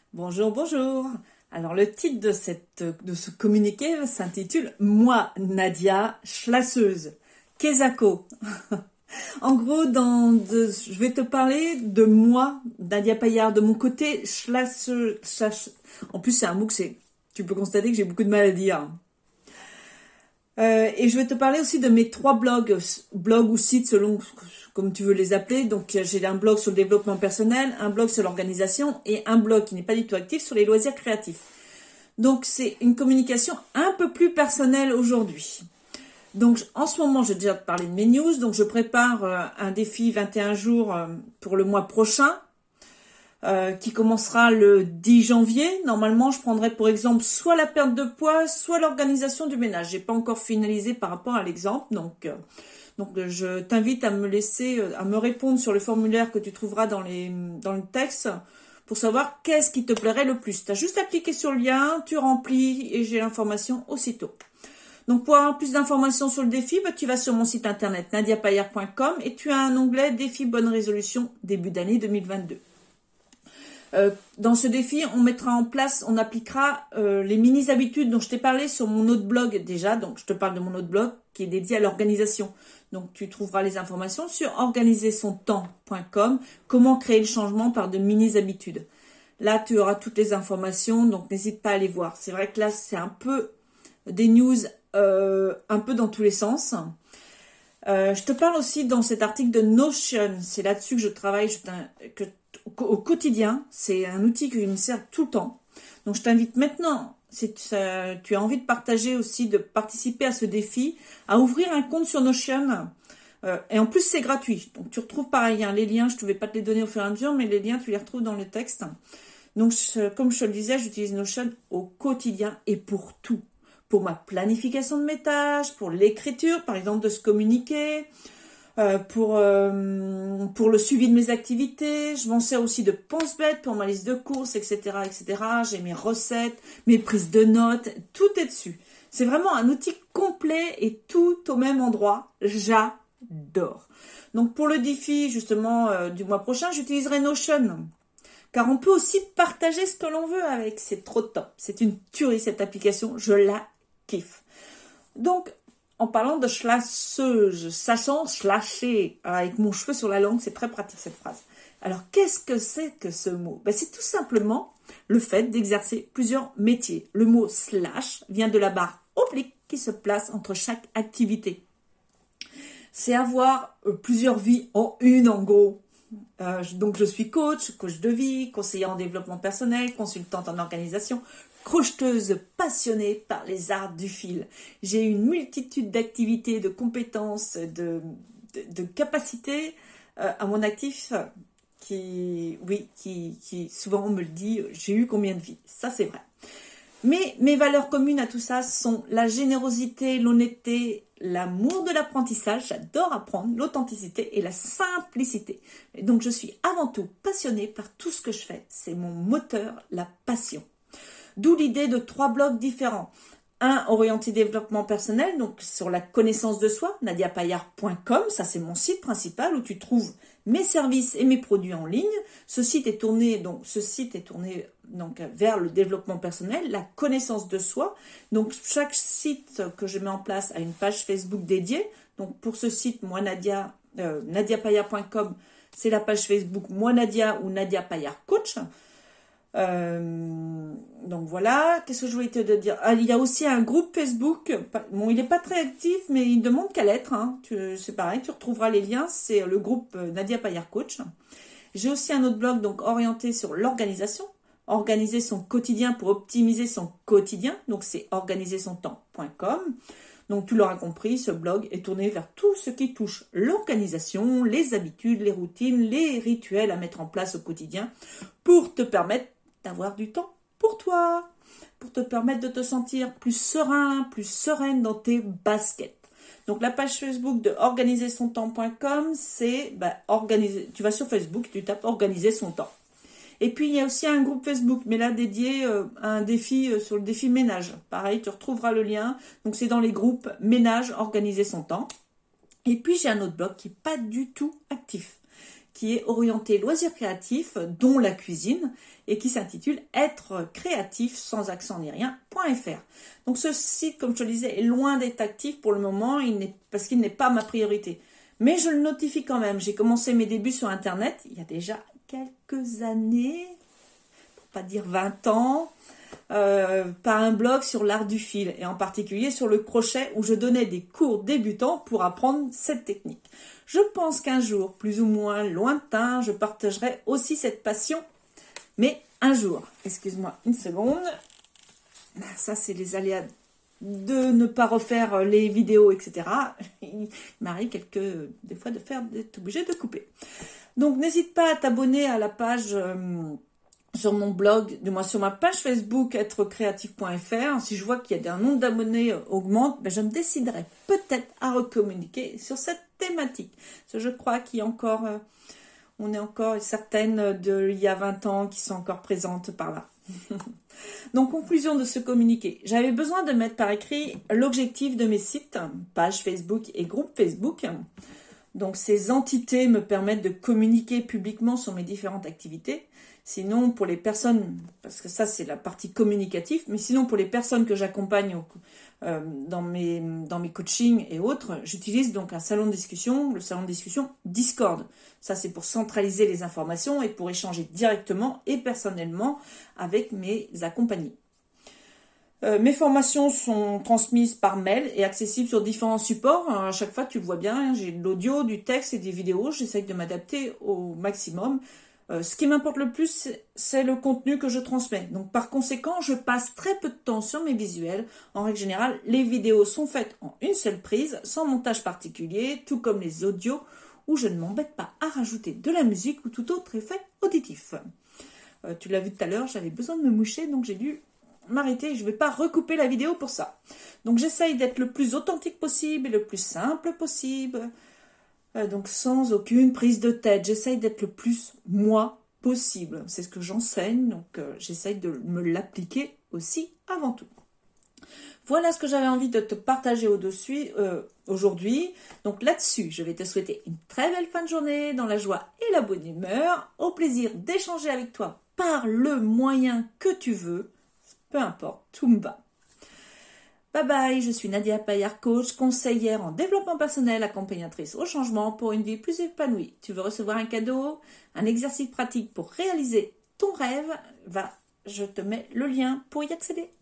Bonjour, bonjour. Alors le titre de ce communiqué s'intitule Moi, Nadia, chlasseuse. Kezako. En gros, je vais te parler de moi, Nadia Payard, de mon côté chlasseuse. En plus, c'est un mot tu peux constater que j'ai beaucoup de mal à dire. Et je vais te parler aussi de mes 3 blogs ou sites selon comme tu veux les appeler. Donc j'ai un blog sur le développement personnel, un blog sur l'organisation et un blog qui n'est pas du tout actif sur les loisirs créatifs. Donc c'est une communication un peu plus personnelle aujourd'hui. Donc en ce moment, j'ai déjà parlé de mes news. Donc je prépare un défi 21 jours pour le mois prochain. Qui commencera le 10 janvier. Normalement, je prendrai pour exemple soit la perte de poids, soit l'organisation du ménage. J'ai pas encore finalisé par rapport à l'exemple, donc je t'invite à me répondre sur le formulaire que tu trouveras dans le texte pour savoir qu'est-ce qui te plairait le plus. Tu as juste à cliquer sur le lien, tu remplis et j'ai l'information aussitôt. Donc pour avoir plus d'informations sur le défi, tu vas sur mon site internet nadiapayard.com et tu as un onglet défi bonne résolution début d'année 2022. Dans ce défi, on appliquera les mini-habitudes dont je t'ai parlé sur mon autre blog déjà. Donc, je te parle de mon autre blog qui est dédié à l'organisation. Donc, tu trouveras les informations sur organisersontemps.com, comment créer le changement par de mini-habitudes. Là, tu auras toutes les informations, donc n'hésite pas à les voir. C'est vrai que là, c'est un peu des news un peu dans tous les sens. Je te parle aussi dans cet article de Notion. C'est là-dessus que je travaille, au quotidien. C'est un outil qui me sert tout le temps. Donc je t'invite maintenant, si tu as envie de partager aussi, de participer à ce défi, à ouvrir un compte sur Notion. Et en plus c'est gratuit. Donc tu retrouves pareil, les liens, je ne vais pas te les donner au fur et à mesure, mais les liens tu les retrouves dans le texte. Donc comme je te le disais, j'utilise Notion au quotidien et pour tout. Pour ma planification de mes tâches, pour l'écriture, par exemple de se communiquer, pour le suivi de mes activités. Je m'en sers aussi de pense-bête pour ma liste de courses, etc., etc. J'ai mes recettes, mes prises de notes, tout est dessus. C'est vraiment un outil complet et tout au même endroit. J'adore. Donc pour le défi justement du mois prochain, j'utiliserai Notion. Car on peut aussi partager ce que l'on veut avec. C'est trop top. C'est une tuerie cette application. Je la kiffe. Donc, en parlant de chlasseuse, sachant slasher, avec mon cheveu sur la langue, c'est très pratique cette phrase. Alors, qu'est-ce que c'est que ce mot? C'est tout simplement le fait d'exercer plusieurs métiers. Le mot slash vient de la barre oblique qui se place entre chaque activité. C'est avoir plusieurs vies en une, en gros. Donc, je suis coach de vie, conseillère en développement personnel, consultante en organisation, crocheteuse passionnée par les arts du fil. J'ai une multitude d'activités, de compétences, de capacités à mon actif qui souvent on me le dit, j'ai eu combien de vies. Ça, c'est vrai. Mais mes valeurs communes à tout ça sont la générosité, l'honnêteté, l'amour de l'apprentissage, j'adore apprendre, l'authenticité et la simplicité. Et donc je suis avant tout passionnée par tout ce que je fais. C'est mon moteur, la passion. D'où l'idée de 3 blogs différents. Un orienté développement personnel, donc sur la connaissance de soi, nadiapayard.com, ça c'est mon site principal où tu trouves mes services et mes produits en ligne. Ce site est tourné vers le développement personnel, la connaissance de soi. Donc chaque site que je mets en place a une page Facebook dédiée. Donc pour ce site, moi nadiapayard.com, c'est la page Facebook moi Nadia ou Nadia Payard Coach. Donc voilà, qu'est-ce que je voulais te dire? Il y a aussi un groupe Facebook. Bon, il n'est pas très actif, mais il demande qu'à l'être. C'est pareil, tu retrouveras les liens. C'est le groupe Nadia Payard Coach. J'ai aussi un autre blog donc orienté sur l'organisation. Organiser son quotidien pour optimiser son quotidien. Donc c'est organisersontemps.com. Donc tu l'auras compris, ce blog est tourné vers tout ce qui touche l'organisation, les habitudes, les routines, les rituels à mettre en place au quotidien pour te permettre d'avoir du temps pour toi, pour te permettre de te sentir plus serein, plus sereine dans tes baskets. Donc la page Facebook de organisersontemps.com, c'est tu vas sur Facebook, tu tapes organiser son temps. Et puis il y a aussi un groupe Facebook, mais là dédié à un défi sur le défi ménage. Pareil, tu retrouveras le lien. Donc c'est dans les groupes ménage, organiser son temps. Et puis j'ai un autre blog qui n'est pas du tout actif, qui est orienté loisirs créatifs, dont la cuisine, et qui s'intitule Être créatif sans accent ni rien.fr. Donc ce site, comme je te le disais, est loin d'être actif pour le moment, parce qu'il n'est pas ma priorité. Mais je le notifie quand même. J'ai commencé mes débuts sur Internet il y a déjà quelques années, pour pas dire 20 ans, par un blog sur l'art du fil, et en particulier sur le crochet, où je donnais des cours débutants pour apprendre cette technique. Je pense qu'un jour, plus ou moins lointain, je partagerai aussi cette passion, mais un jour. Excuse-moi une seconde. Ça, c'est les aléas de ne pas refaire les vidéos, etc. Il m'arrive des fois d'être obligé de couper. Donc, n'hésite pas à t'abonner à la page sur mon blog, du moins sur ma page Facebook êtrecréatif.fr. Si je vois qu'il y a un nombre d'abonnés augmente, je me déciderai peut-être à recommuniquer sur cette thématique. Parce que je crois qu'il y a encore, on est encore certaines d'il y a 20 ans qui sont encore présentes par là. Donc, conclusion de ce communiqué. J'avais besoin de mettre par écrit l'objectif de mes sites, page Facebook et groupe Facebook. Donc, ces entités me permettent de communiquer publiquement sur mes différentes activités. Sinon, pour les personnes, parce que ça, c'est la partie communicative, mais sinon, pour les personnes que j'accompagne dans mes coachings et autres, j'utilise donc un salon de discussion, le salon de discussion Discord. Ça, c'est pour centraliser les informations et pour échanger directement et personnellement avec mes accompagnés. Mes formations sont transmises par mail et accessibles sur différents supports. À chaque fois, tu le vois bien, j'ai de l'audio, du texte et des vidéos. J'essaie de m'adapter au maximum. Ce qui m'importe le plus, c'est le contenu que je transmets. Donc, par conséquent, je passe très peu de temps sur mes visuels. En règle générale, les vidéos sont faites en une seule prise, sans montage particulier, tout comme les audios, où je ne m'embête pas à rajouter de la musique ou tout autre effet auditif. Tu l'as vu tout à l'heure, j'avais besoin de me moucher, donc j'ai dû m'arrêter. Je ne vais pas recouper la vidéo pour ça. Donc, j'essaye d'être le plus authentique possible et le plus simple possible. Donc sans aucune prise de tête, j'essaye d'être le plus moi possible. C'est ce que j'enseigne, donc j'essaye de me l'appliquer aussi avant tout. Voilà ce que j'avais envie de te partager aujourd'hui. Donc là-dessus, je vais te souhaiter une très belle fin de journée dans la joie et la bonne humeur. Au plaisir d'échanger avec toi par le moyen que tu veux. Peu importe, tout me va. Bye bye, je suis Nadia Payard, coach, conseillère en développement personnel, accompagnatrice au changement pour une vie plus épanouie. Tu veux recevoir un cadeau, un exercice pratique pour réaliser ton rêve? Je te mets le lien pour y accéder.